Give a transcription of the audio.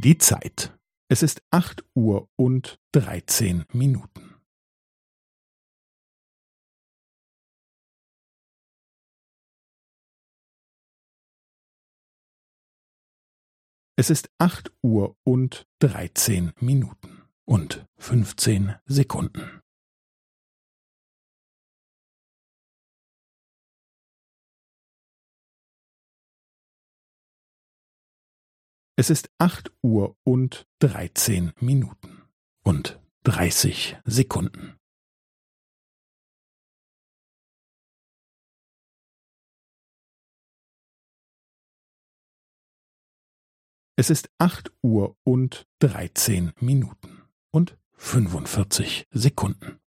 Die Zeit. Es ist 8:13 Minuten. Es ist 8:13 Minuten und 15 Sekunden. Es ist 8:13 Minuten und 30 Sekunden. Es ist 8:13 Minuten und 45 Sekunden.